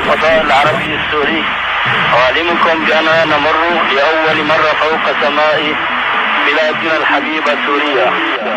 الفضاء العربي السوري، أعلمكم بأننا نمر لأول مرة فوق سماء بلادنا الحبيبة سوريا.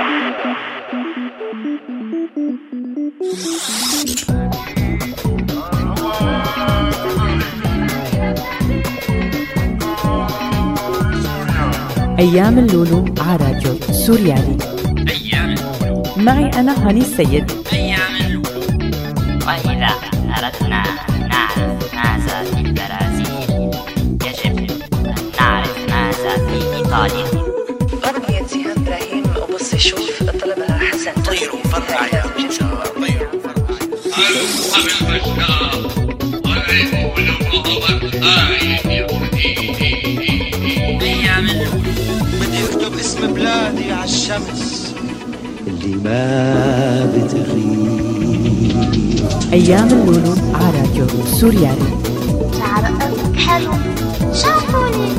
أيام اللولو على راديو سوريالي. أيام اللولو معي أنا هاني السيد. أيام اللولو. وإذا أردنا أن نعرف ماذا في البرازيل يجب أن نعرف ماذا في إيطاليا. أغنية جيهان إبراهيم وبص شوف طلبها حسن. طيروا فرقع يا بشار، طيروا فرقع. أصحاب البشار وعرفوا لو غضبت يا أيام اللولو. بدي اكتب اسم بلادي على الشمس اللي ما بتغيب. أيام اللولو على راديو سوريالي. شعرك حلو شافوني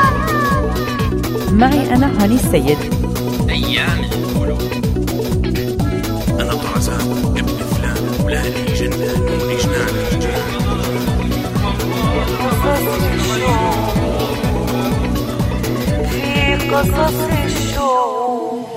معي أنا هاني السيد. أيام اللولو. أنا طرزان ابن فلان ولاني جنان ونجنان رجال. في قصص الشوق.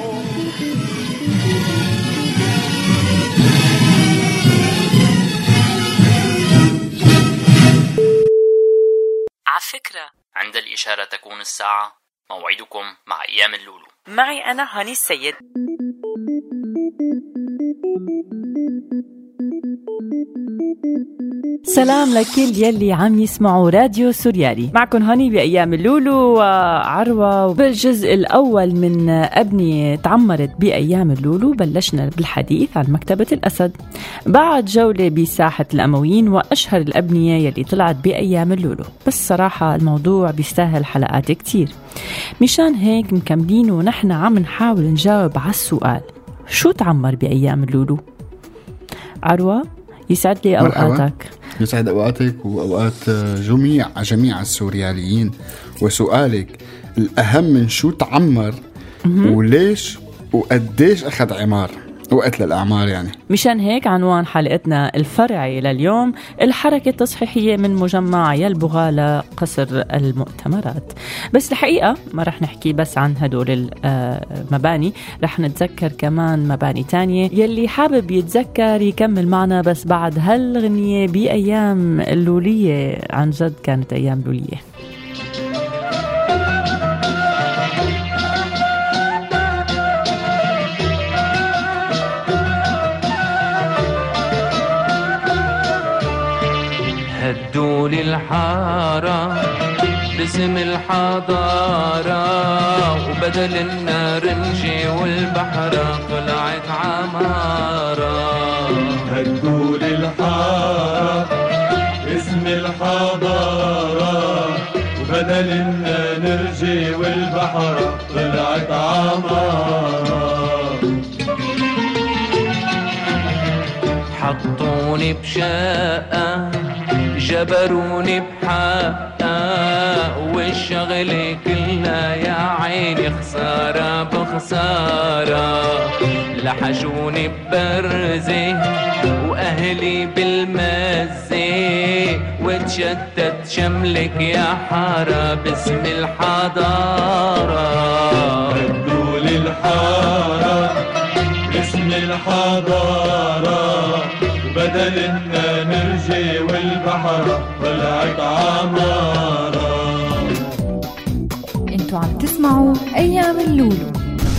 على فكرة عند الإشارة تكون الساعة. موعدكم مع أيام اللولو. معي أنا هاني السيد. سلام لكل يلي عم يسمعوا راديو سوريالي. معكم هاني بأيام اللولو وعروة. بالجزء الأول من أبنية تعمرت بأيام اللولو بلشنا بالحديث عن مكتبة الأسد، بعد جولة بساحة الأمويين وأشهر الأبنية يلي طلعت بأيام اللولو. بس صراحة الموضوع بيستاهل حلقات كتير، مشان هيك مكملين ونحن عم نحاول نجاوب على السؤال: شو تعمر بأيام اللولو؟ عروة يسعد لي أوقاتك. يسعد أوقاتك وأوقات جميع السورياليين. وسؤالك الأهم من شو تعمر وليش وقديش أخذ عمار وقت للأعمار يعني. مشان هيك عنوان حلقتنا الفرعي لليوم: الحركة التصحيحية من مجمع يلبغالة قصر المؤتمرات. بس الحقيقة ما رح نحكي بس عن هدول المباني، رح نتذكر كمان مباني تانية. يلي حابب يتذكر يكمل معنا بس بعد هالغنية بأيام اللولية. عن جد كانت أيام لولية. هدوا للحارة باسم الحضارة، وبدل النار نجي والبحرة طلعت عمارة. هدوا للحارة باسم الحضارة، وبدل النار نرجي والبحرة طلعت عمارة. حطوني بشقة جبروني بحقها، والشغل كلها يا عيني خسارة بخسارة. لحجوني ببرزة وأهلي بالمزة، وتشتت شملك يا حارة باسم الحضارة. هدوا للحارة باسم الحضارة، وبدل إننا نرجي والبحر طلعت عمارة. انتوا عم تسمعوا أيام اللولو.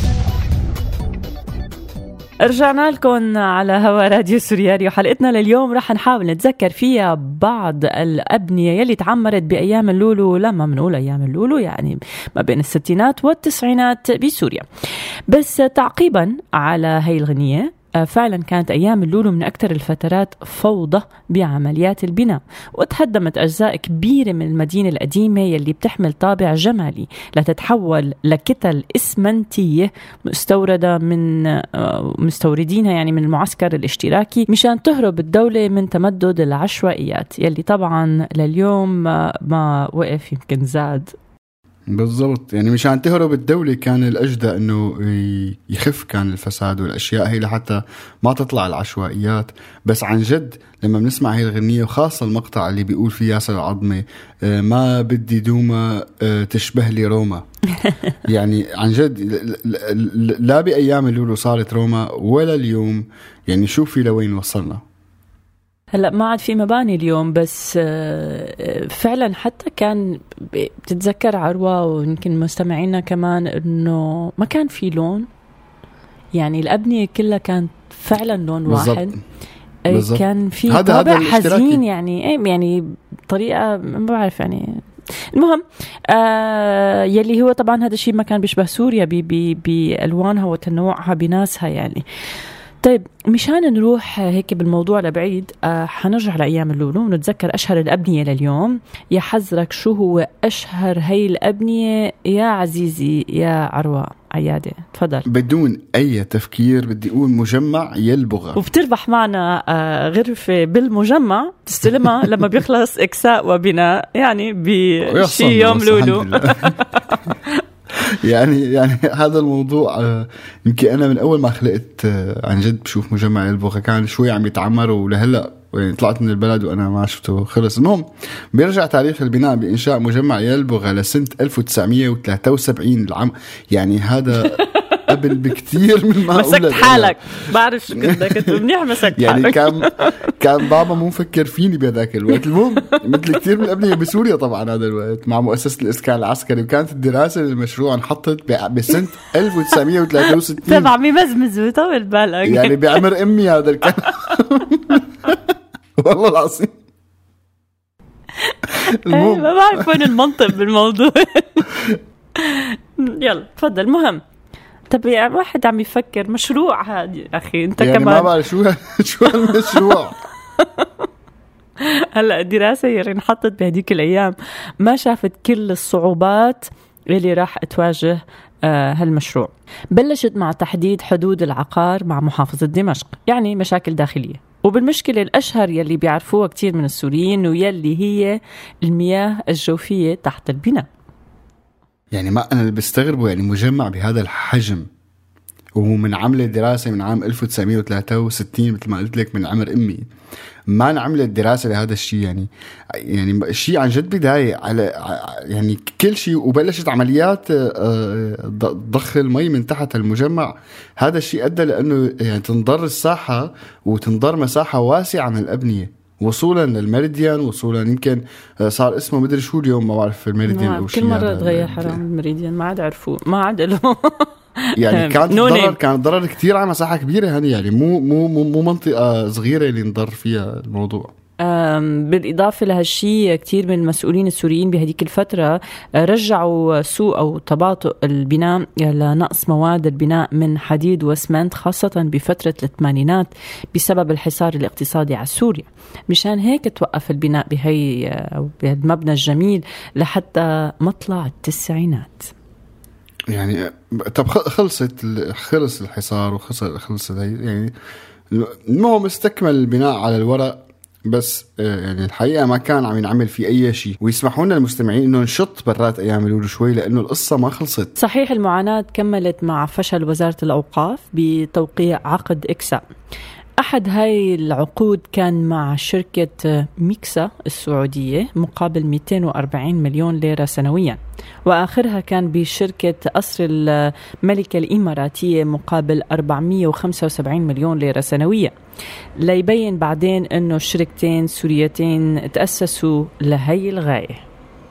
رجعنا لكم على هوا راديو سوريالي، وحلقتنا لليوم رح نحاول نتذكر فيها بعض الأبنية يلي تعمرت بأيام اللولو. لما منقول أيام اللولو يعني ما بين الستينات والتسعينات بسوريا. بس تعقيبا على هاي الغنية، فعلا كانت أيام اللولو من أكثر الفترات فوضى بعمليات البناء، وتهدمت أجزاء كبيرة من المدينة القديمة يلي بتحمل طابع جمالي لتتحول لكتل إسمنتية مستوردة من مستوردينها يعني من المعسكر الاشتراكي، مشان تهرب الدولة من تمدد العشوائيات يلي طبعا لليوم ما وقف، يمكن زاد. بالضبط. يعني مشان تهرب الدولة كان الأجدى أنه يخف كان الفساد والأشياء هي لحتى ما تطلع العشوائيات. بس عن جد لما بنسمع هاي الغنية وخاصة المقطع اللي بيقول فيه ياسر العظمي ما بدي دوما تشبه لي روما يعني عن جد لا بأيام اللولو صارت روما ولا اليوم. يعني شوفي لوين وصلنا. هلأ ما عاد في مباني اليوم، بس فعلا حتى كان بتتذكر عروة ويمكن مستمعينا كمان إنه ما كان في لون، يعني الأبنية كلها كانت فعلا لون واحد. بالزبط. كان في طابع حزين يعني طريقة ما بعرف يعني. المهم يلي هو طبعا هذا الشيء ما كان بيشبه سوريا بألوانها وتنوعها بناسها يعني. طيب مشان نروح هيك بالموضوع لبعيد حنرجع لأيام اللولو ونتذكر أشهر الأبنية لليوم. يا حذرك شو هو أشهر هاي الأبنية يا عزيزي يا عروة عيادة؟ تفضل. بدون أي تفكير بدي أقول مجمع يلبغة. وبتربح معنا غرفة بالمجمع تستلمها لما بيخلص إكساء وبناء يعني بشي يوم لولو. يعني هذا الموضوع يمكن أنا من أول ما خلقت عن جد بشوف مجمع البغة كان شوي عم يتعمر ولهلأ يعني طلعت من البلد وأنا ما شفته خلص. المهم بيرجع تاريخ البناء بإنشاء مجمع يلبغة لسنة 1973 العام. يعني هذا قبل بكتير من ما مسكت حالك بعرف شو كنت منيح مسكت يعني كان بابا مو مفكر فيني بهذاك الوقت. المهم مثل كتير من الأبنية بسوريا طبعا هذا الوقت مع مؤسسة الإسكان العسكري، وكانت الدراسة للمشروع انحطت بسنة 1963. تبع مزمز وطول بالك يعني بعمر أمي هذا الكلام والله العظيم. ما بعرف وين المنطق بالموضوع. يلا تفضل. المهم طب يعني واحد عم يفكر مشروع هذا أخي أنت يعني كمان ما بعرف شو المشروع. هلأ الدراسة اللي انحطت بهديك الأيام ما شافت كل الصعوبات اللي راح تواجه هالمشروع. بلشت مع تحديد حدود العقار مع محافظة دمشق، يعني مشاكل داخلية. وبالمشكلة الأشهر يلي بيعرفوها كتير من السوريين ويلي هي المياه الجوفية تحت البناء. يعني ما أنا اللي بستغربه يعني مجمع بهذا الحجم ومن عمل دراسة من عام 1963 مثل ما قلت لك من عمر أمي ما نعملت دراسة لهذا الشيء. يعني الشيء عن جد بداية على يعني كل شيء، وبلشت عمليات ضخ المي من تحت المجمع. هذا الشيء أدى لأنه يعني تنضر الساحة وتنضر مساحة واسعة من الأبنية وصولا للميريديان، وصولا يمكن صار اسمه مدري شو اليوم ما بعرف الميريديان أو شيء. كل مرة تغير حرام الميريديان ما عاد عرفوه ما عاد له يعني كان ضرر كتير على مساحة كبيرة هني. يعني مو منطقة صغيرة اللي نضر فيها الموضوع. بالإضافة لهالشيء كتير من المسؤولين السوريين بهديك الفترة رجعوا سوء أو تباطؤ البناء لنقص مواد البناء من حديد واسمنت خاصة بفترة الثمانينات بسبب الحصار الاقتصادي على سوريا. مشان هيك توقف البناء بهالمبنى الجميل لحتى مطلع التسعينات. يعني طب خلص الحصار وخلص يعني المهم استكمل البناء على الورق، بس يعني الحقيقة ما كان عم ينعمل في أي شيء. ويسمحوا لنا المستمعين إنه نشط برات أيام اللولو شوي لأنه القصة ما خلصت. صحيح المعاناة كملت مع فشل وزارة الأوقاف بتوقيع عقد إكسا. أحد هاي العقود كان مع شركة ميكسا السعودية مقابل 240 مليون ليرة سنويا، وآخرها كان بشركة قصر الملكة الإماراتية مقابل 475 مليون ليرة سنويا. ليبين بعدين أنه الشركتين سوريتين تأسسوا لهي الغاية.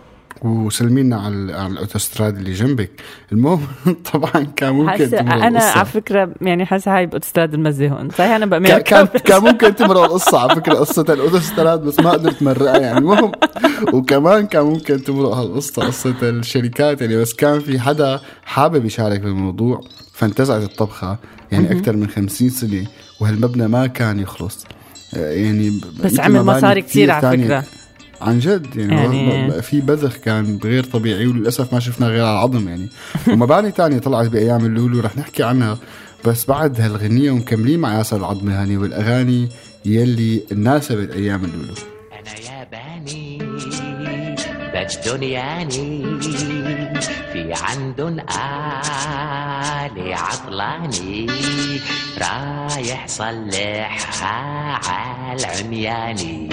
وسلمينا على الأوتوستراد اللي جنبك. المهم طبعا كان ممكن أنا على فكرة يعني حاسة هاي بأوتوستراد المزة هون صحيح أنا بأمريكا كان ممكن تمرق القصة على فكرة قصة الأوتوستراد بس ما قدرت مرقها يعني. المهم وكمان كان ممكن تمرق هالقصة قصة الشركات يعني، بس كان في حدا حابب يشارك بالموضوع فانتزعت الطبخة يعني أكثر من 50 سنة وهالمبنى ما كان يخلص يعني. بس عمل مصاري كتير على فكرة عن جد يعني في بذخ كان غير طبيعي وللأسف ما شفنا غير على العظم يعني. ومباني تانية طلعت بأيام اللولو رح نحكي عنها بس بعد هالغنية ومكملين مع ياسر العظمي هاني والأغاني يلي ناسبت أيام اللولو. أنا ياباني الدنياني في عندن آلي عطلاني رايح صلحها عالعمياني.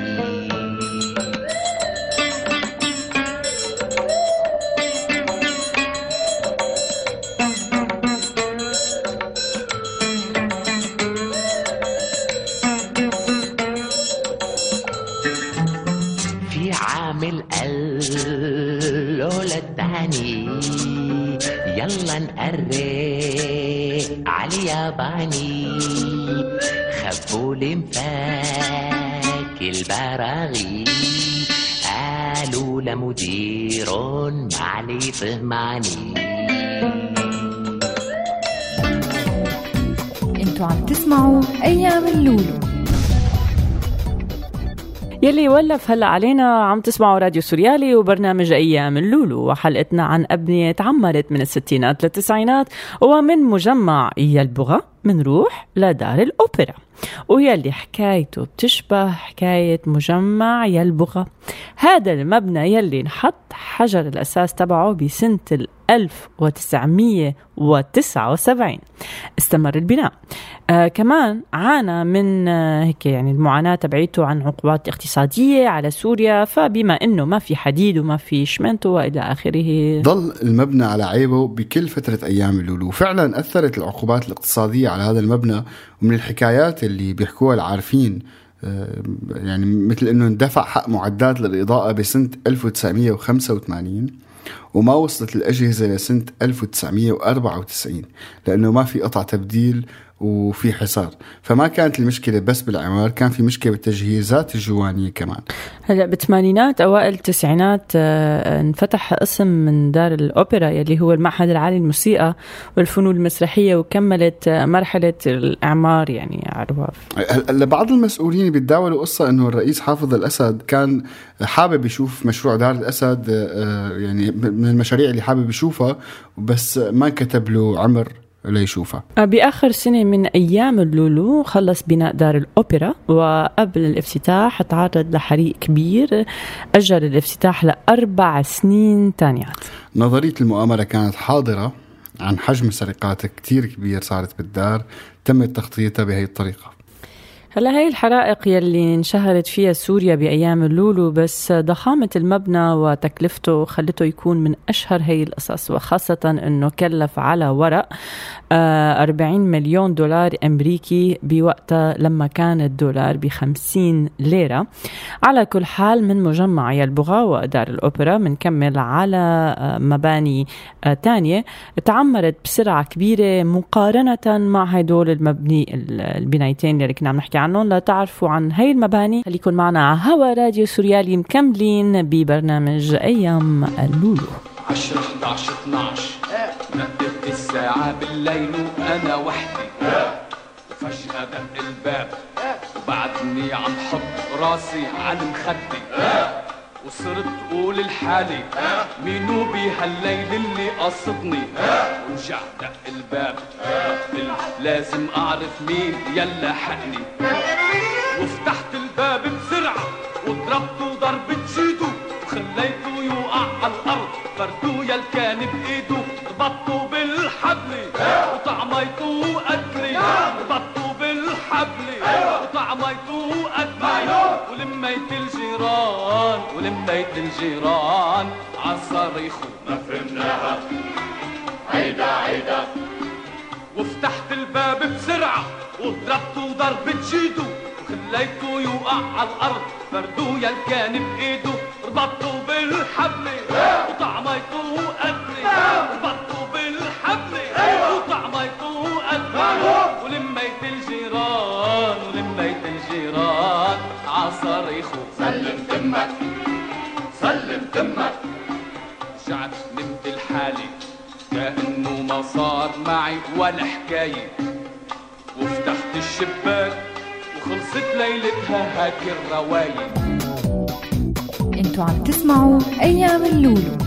يلا نقري عالياباني خبولي مفاك البراغي قالوا لمدير معلي طهماني. انتوا عم تسمعوا أيام اللولو يلي ولف هلأ علينا. عم تسمعوا راديو سوريالي وبرنامج أيام اللولو، وحلقتنا عن أبنية تعمرت من الستينات للتسعينات ومن مجمع يلبغة منروح لدار الأوبرا، ويلي حكايته بتشبه حكاية مجمع يلبغة. هذا المبنى يلي نحط حجر الأساس تبعه بسنة 1979 استمر البناء. كمان عانى من هيك يعني المعاناة تبعيته عن عقوبات اقتصادية على سوريا، فبما انه ما في حديد وما في شمنتو والى اخره ضل المبنى على عيبه بكل فترة ايام اللولو. فعلا اثرت العقوبات الاقتصادية على هذا المبنى، ومن الحكايات اللي بيحكوها العارفين يعني مثل انه اندفع حق معدات للإضاءة بسنة 1985 وما وصلت الأجهزة لسنة 1994 لأنه ما في قطع تبديل وفي حصار. فما كانت المشكلة بس بالعمار، كان في مشكلة بالتجهيزات الجوانية كمان. هلا بالثمانينات أوائل التسعينات انفتح قسم من دار الأوبرا يلي هو المعهد العالي للموسيقى والفنون المسرحية، وكملت مرحلة الإعمار يعني عرواف. بعض المسؤولين بيتداولوا قصة أنه الرئيس حافظ الأسد كان حابب يشوف مشروع دار الأسد، يعني من المشاريع اللي حابب يشوفها، بس ما كتب له عمر ليشوفها. بآخر سنة من أيام اللولو خلص بناء دار الأوبرا، وقبل الافتتاح تعرض لحريق كبير أجل الافتتاح ل4 سنين تانيات. نظرية المؤامرة كانت حاضرة عن حجم سرقات كتير كبير صارت بالدار، تم تخطيطها بهي الطريقة. هلا هاي الحرائق يلي انشهرت فيها سوريا بأيام اللولو، بس ضخامة المبنى وتكلفته خلته يكون من أشهر هاي القصص، وخاصة أنه كلف على ورق 40 مليون دولار أمريكي بوقتها لما كان الدولار ب50 ليرة. على كل حال من مجمع يلبغة ودار الأوبرا منكمل على مباني تانية تعمرت بسرعة كبيرة مقارنة مع هدول البنايتين اللي كنا عم نحكي عنهم. لا تعرفوا عن هاي المباني خليكن معنا على هوا راديو سوريالي مكملين ببرنامج أيام اللولو. 10 11 12 نقدر الساعة بالليل وأنا وحدي، وفجأة دق الباب وبعدني عم حط راسي على المخدي، وصرت قول لحالي مينو بهالليل اللي قصدني، ورجع دق الباب قلت لازم أعرف مين يلا حقني، وفتحت الباب بسرعة وضربته ضربة جيدو وخليته يوقع على الأرض، فردويا الكان بإيده ربطته بالحبل وطعميته قتلي، ربطته بالحبل وطعميته قتلي، ولميت الجيران عالصريخو ما فهمناها عيدا، وفتحت الباب بسرعة وضربته ضربة جيدو وخليته يوقع على الأرض، فردويا الكان بإيده ربطته بالحبل وطعميته قتلي، ربطته بالحبل وطعميته قتلي، ولميت الجيران عصريخو سلم تمك. رجعت نمت لحالي كأنه ما صار معي ولا حكاية، وفتحت الشباك وخلصت ليلتها هاك الرواية. انتوا عم تسمعوا أيام اللولو.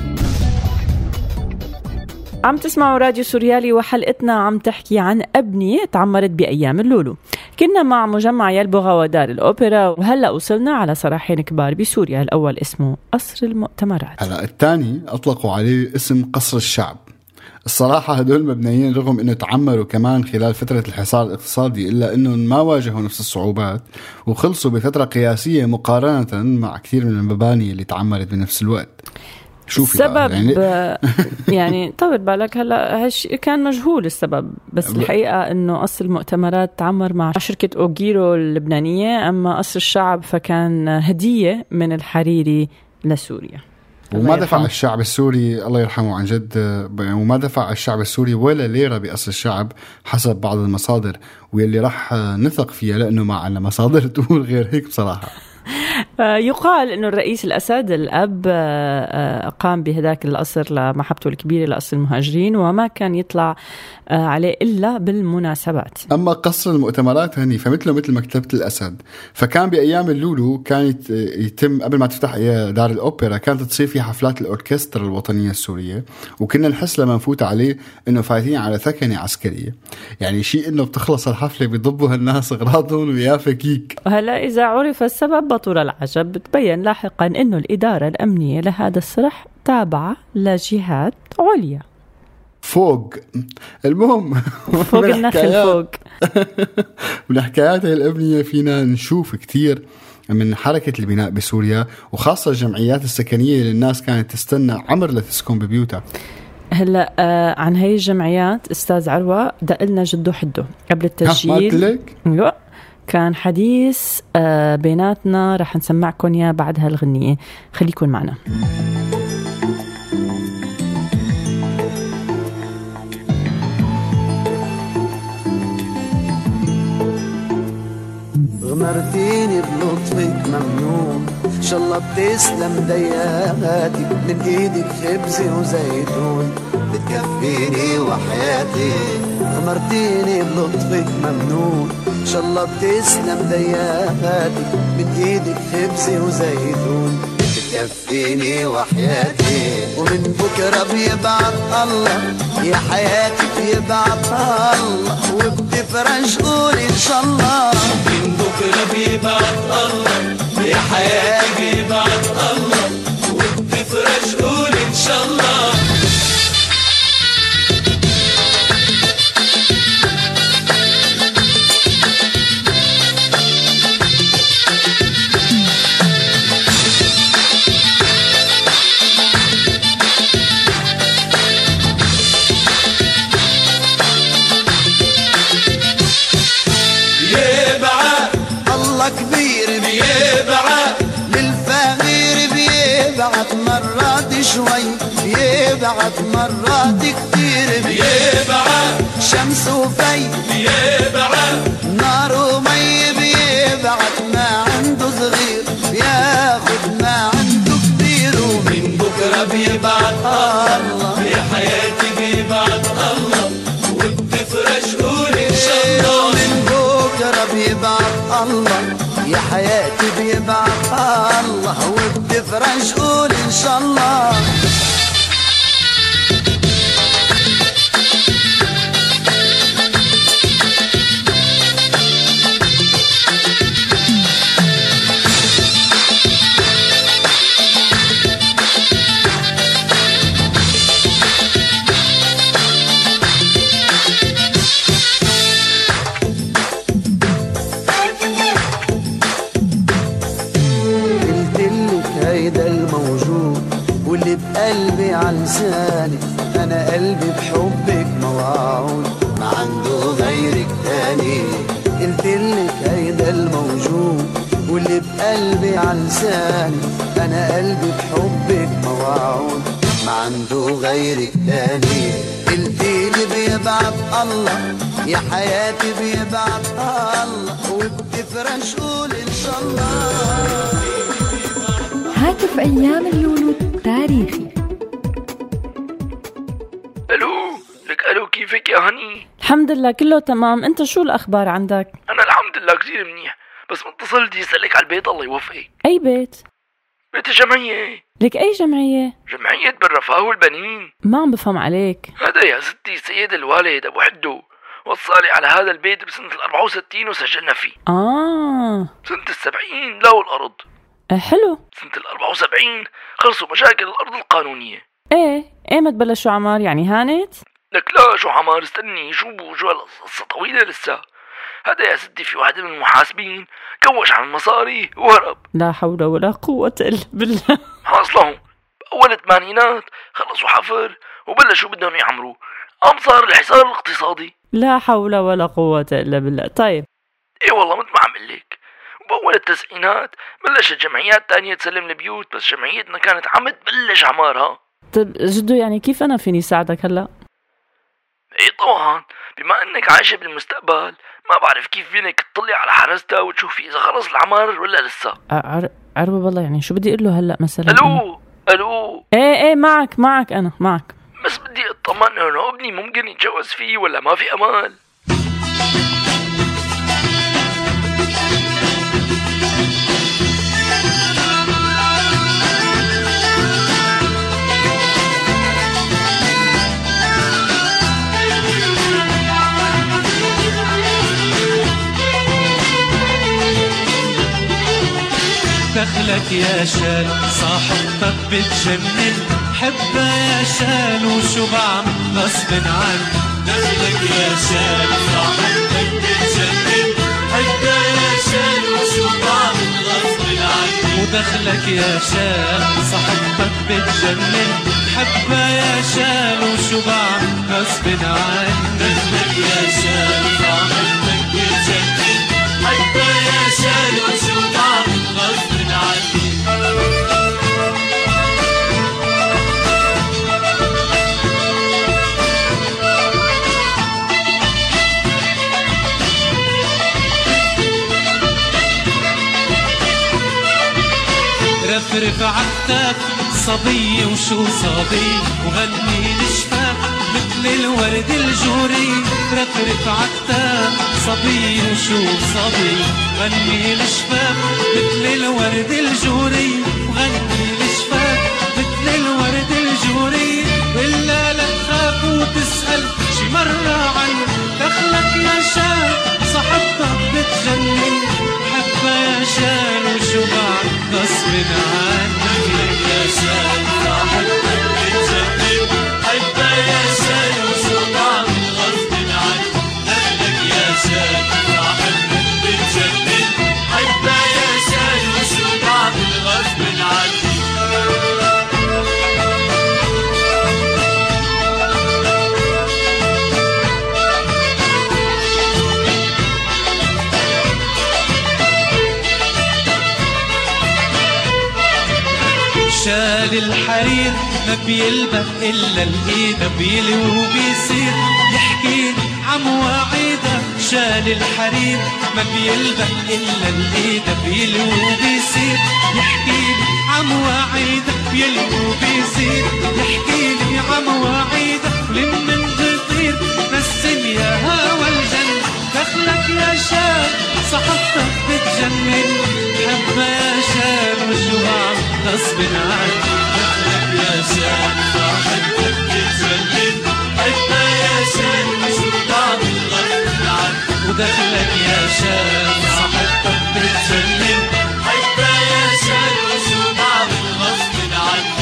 عم تسمعوا راديو سوريالي، وحلقتنا عم تحكي عن أبنية تعمرت بأيام اللولو. كنا مع مجمع يلبغة ودار الأوبرا، وهلأ وصلنا على صراحين كبار بسوريا. الأول اسمه قصر المؤتمرات، هلا الثاني أطلقوا عليه اسم قصر الشعب. الصراحة هدول مبنيين رغم أنه تعمروا كمان خلال فترة الحصار الاقتصادي، إلا أنه ما واجهوا نفس الصعوبات وخلصوا بفترة قياسية مقارنة مع كثير من المباني اللي تعمرت بنفس الوقت. السبب يعني طول بالك هلا كان مجهول السبب، بس الحقيقة انه قصر المؤتمرات تعمر مع شركة اوغيرو اللبنانية، اما قصر الشعب فكان هدية من الحريري لسوريا. وما دفع الشعب السوري الله يرحمه عن جد، وما دفع الشعب السوري ولا ليرة بقصر الشعب حسب بعض المصادر، واللي راح نثق فيها لأنه ما عنا مصادر تقول غير هيك بصراحة. يقال أنه الرئيس الأسد الأب قام بهداك القصر لمحبته الكبيرة لقصر المهاجرين، وما كان يطلع عليه إلا بالمناسبات. أما قصر المؤتمرات هني فمثله مثل مكتبة الأسد، فكان بأيام اللولو كانت يتم قبل ما تفتح دار الأوبرا كانت تصير فيه حفلات الأوركسترا الوطنية السورية، وكنا نحس لما نفوت عليه إنه فايتين على ثكنة عسكرية، يعني شيء إنه بتخلص الحفلة بيضبوا هالناس أغراضهم ويا فكيك. وهلا إذا عرف السبب بطل العجب، بتبين لاحقا إنه الإدارة الأمنية لهذا الصرح تابعة لجهات عليا فوق. المهم فوق النخل فوق. من الحكايات الأمنية فينا نشوف كتير من حركة البناء بسوريا، وخاصة الجمعيات السكنية اللي الناس كانت تستنى عمر لتسكن ببيوتها. هلا عن هاي الجمعيات أستاذ عروة دقلنا جدو حدو قبل التسجيل. لا كان حديث بيناتنا، رح نسمعكم يا بعد هالغنية، خليكن معنا. غمرتيني بلطفك ممنون، إن شاء الله بتسلم دياتك، من إيدك خبز وزيتون بتكفيني وحياتي. غمرتيني بلطفك ممنون، إن شاء الله بتسلم دياتك، من إيدك خبز وزيتون بتكفيني وحياتي. ومن بكرة بيبعت الله يا حياتي، بيبعت الله وبتفرج قول إن شاء الله. من بكرة بيبعت الله يا حياتي، بيبعت الله وبتفرج قول إن شاء الله. مرات شوي بيبعت مرات كتير، بيبعت شمس وفي بيبعت نار ومي، بيبعت ما عنده صغير بياخد ما عنده كبير. ومن بكرة بيبعت الله يا حياتي، بيبعت الله وبتفرج قول إن شاء الله. من بكرة بيبعت الله يا حياتي، بيبعت الله وبتفرج قول إن شاء الله. قلبي علساني، أنا قلبي بحبك موعود، ما عنده غيرك تاني. قلتلك هيدا الموجود، واللي بقلبي علساني، أنا قلبي بحبك موعود، ما عنده غيرك تاني. قلتيلي بيبعت الله يا حياتي، بيبعت الله وبتفرج قول إن شاء الله. هاتف أيام اللولو تاريخي. ألو لك، ألو كيفك يا هني؟ الحمد لله كله تمام، أنت شو الأخبار عندك؟ أنا الحمد لله كثير منيح، بس متصل بدي أسألك على البيت الله يوفقك. أي بيت؟ بيت الجمعية. لك أي جمعية؟ جمعية بالرفاه والبنين. ما عم بفهم عليك. هذا يا ستي سيد الوالد أبو حدو، وصالي على هذا البيت بسنة 64 وسجلنا فيه. سنة 70 لاقوا الأرض. حلو. سنة 74 خلصوا مشاكل الأرض القانونية. ايه ما تبلشوا عمار يعني هانت؟ لك لا شو عمار، استني شو القصة طويلة لسه. هذا يا ستي في واحد من المحاسبين كوش عن المصاري وهرب. لا حول ولا قوة إلا بالله. حاصلهم بأول الثمانينات خلصوا حفر وبلشوا بدهم يعمروا، قام صار الحصار الاقتصادي. لا حول ولا قوة إلا بالله. طيب ايه والله مثل ما عم قلك. وبأول التسعينات بلشت جمعيات تانية تسلم البيوت، بس جمعيتنا كانت عم تبلش عمارها. طيب جدو يعني كيف أنا فيني ساعدك هلأ؟ ايه طبعا، بما انك عايشة بالمستقبل ما بعرف كيف فينك تطلع على حرستها وتشوفي اذا خلص العمار ولا لسه. عربة والله يعني شو بدي اقول له هلا مثلا؟ الو ايه معك انا معك، بس بدي اطمن انه ابني ممكن يتجوز فيه ولا ما في امل. دخلك يا شال صاحبتك بتجنن، حبها يا شال وشو بعمل غصب عنك. دخلك يا شال صاحبتك بتجنن، حبها يا شال وشو بعمل غصب عنك. ودخلك يا شال صاحبتك بتجنن، حبها يا شال وشو بعمل غصب عنك. دخلك يا شال صاحبتك بتجنن، حبها يا شال وشو بعمل غصب عنك. رفرف عالتاف صبية وشو صبي، وغني لشفاف مثل الورد الجوري. رفرف عالتاف صبية وشو صبي، غني لشفاف مثل الورد الجوري. وغني لشفاف مثل الورد الجوري، وإلا لا تخاف وتسأل شي مرة عنه. دخلك يا شال صاحبتك بتجنن، حبها يا شال وشو بعد غصب عنك. دخلك يا شال صاحبتك بتجنن، حبها يا شال وشو بعد غصب عنك. دخلك يا شال صاحبتك بتجنن، حبها يا شال وشو بعد غصب عنك. شال الحرير ما بيلبق إلا الإيد، بيلي وبيصير يحكي عم وعيدة. شال الحرير ما بيلبق إلا الإيد، بيلي وبيصير يحكي عم وعيدة. بيلي وبيصير يحكي لي عم وعيدة، ولمن بطير نسم يا هوا الجنة. دخلك يا شال صاحبتك بتجنن، حبها يا شال وشو بعمل غصب عنك. دخلك يا شال صاحبتك بتجنن، حبها يا شال وشو بعمل غصب عنك. ودخلك يا شال صاحبتك بتجنن، حبها يا شال وشو بعمل غصب عنك.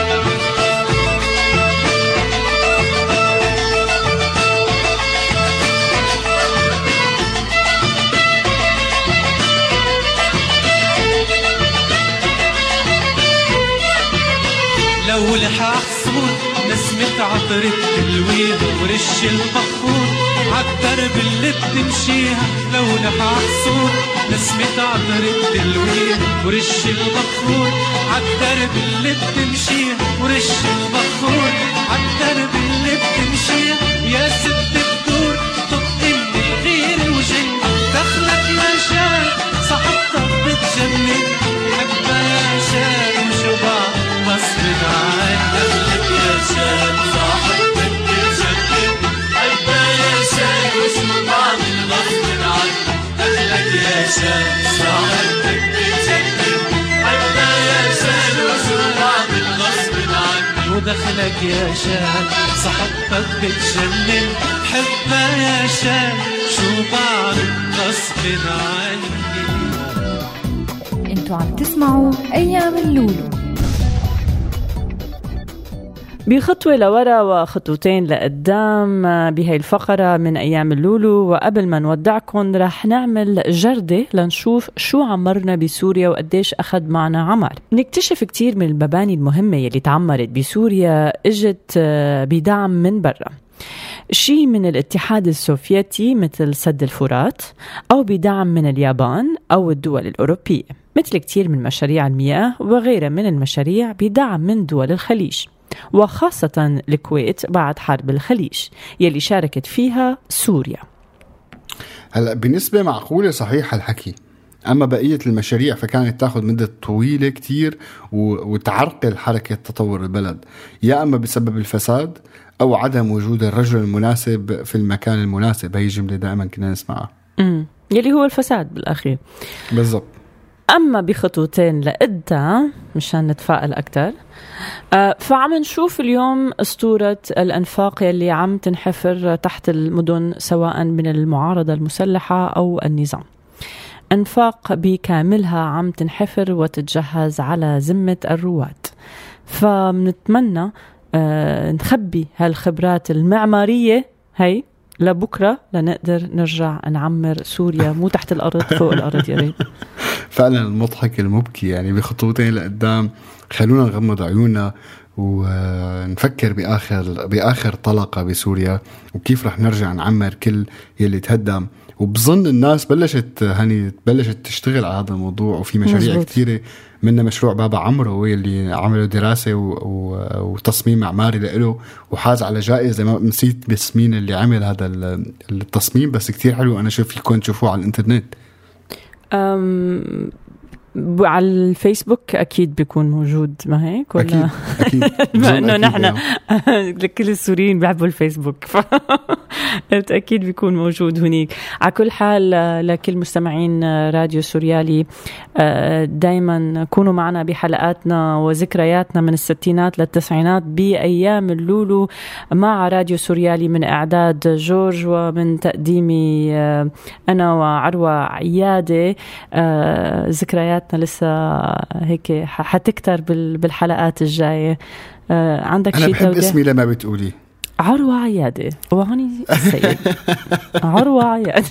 لو لحى حصول نسمة عطرة تلويه، ورش البخور عالدرب اللي بتمشيها. لو لحى حصول نسمة عطرة تلويه، ورش البخور عالدرب اللي بتمشيها. ورش البخور عالدرب اللي بتمشيها. يا ست الدور طق من الغير وجن. دخلك يا شال صاحبتك بتجنن، حبها يا شال وشو بعمل غصب عنك. دخلك يا شال صاحبتك بتجنن، حبها يا شال وشو بعمل غصب عنك. دخلك يا شال صاحبتك بتجنن، حبها يا شال وشو بعمل غصب عنك. ودخلك يا شال صاحبتك بتجنن، بحبها يا شال شو بعرف غصب عني. انتوا عم تسمعوا أيام اللولو. بخطوة لورا وخطوتين لقدام بهاي الفقرة من أيام اللولو. وقبل ما نودعكم رح نعمل جردة لنشوف شو عمرنا بسوريا وقديش أخذ معنا عمر. نكتشف كتير من المباني المهمة يلي تعمرت بسوريا اجت بدعم من برا، شيء من الاتحاد السوفيتي مثل سد الفرات، أو بدعم من اليابان أو الدول الأوروبية مثل كتير من مشاريع المياه وغيرها من المشاريع بدعم من دول الخليج، وخاصة الكويت بعد حرب الخليج يلي شاركت فيها سوريا. هلأ بالنسبة معقولة صحيح الحكي، أما بقية المشاريع فكانت تأخذ مدة طويلة كتير وتعرقل حركة تطور البلد، يا أما بسبب الفساد أو عدم وجود الرجل المناسب في المكان المناسب. هي جملة دائما كنا نسمعها يلي هو الفساد بالأخير بالضبط. أما بخطوتين لقدام مشان نتفائل أكتر، فعم نشوف اليوم أسطورة الأنفاق يلي عم تنحفر تحت المدن سواء من المعارضة المسلحة أو النظام. أنفاق بكاملها عم تنحفر وتتجهز على ذمة الرواد، فمنتمنى نخبي هالخبرات المعمارية هي لبكرة لنقدر نرجع نعمر سوريا مو تحت الأرض فوق الأرض يا ريت. فعلا المضحك المبكي يعني بخطوتين لقدام. خلونا نغمض عيوننا ونفكر بآخر طلقة بسوريا وكيف رح نرجع نعمر كل يلي تهدم. وبظن الناس بلشت تشتغل على هذا الموضوع، وفي مشاريع مزبوط. كتيرة منها مشروع بابا عمرو اللي عملوا دراسة وتصميم معماري له وحاز على جائزة. ما نسيت بس مين اللي عمل هذا التصميم، بس كتير حلو. أنا فيكم تشوفوه على الإنترنت. على الفيسبوك أكيد بيكون موجود، ما هيك ولا؟ أكيد ما إنه نحن كل السوريين بيحبوا الفيسبوك أكيد بيكون موجود هناك. على كل حال لكل مستمعين راديو سوريالي دايما كونوا معنا بحلقاتنا وذكرياتنا من الستينات للتسعينات بأيام اللولو مع راديو سوريالي، من إعداد جورج ومن تقديمي أنا وعروة عيادة. ذكريات لسه هيك حتكتر بالحلقات الجاية. عندك شيء؟ أنا بحب اسمي لما بتقولي عروة عيادة وهوني السيد عروة عيادة.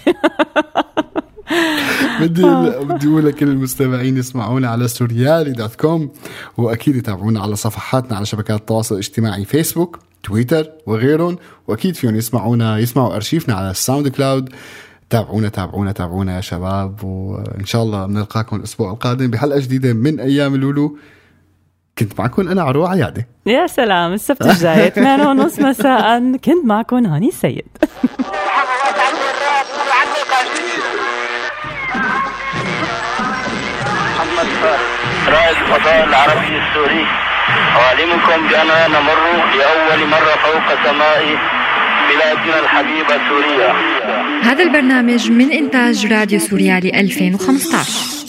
بدي أقول لكل المستمعين يسمعونا على سوريالي.com، وأكيد يتابعونا على صفحاتنا على شبكات التواصل الاجتماعي فيسبوك تويتر وغيرهم، وأكيد فيهم يسمعوا أرشيفنا على الساوند كلاود. تابعونا يا شباب، وإن شاء الله بنلقاكم الأسبوع القادم بحلقة جديدة من أيام اللولو. كنت معكم أنا عروة عيادة. يا سلام، السبت الجاي 8:30 مساء كنت معكم هاني السيد. محمد فارس رائد الفضاء العربي السوري، أعلمكم بأننا نمر لأول مرة فوق سماء بلادنا الحبيبة سوريا. هذا البرنامج من إنتاج راديو سوريالي 2015.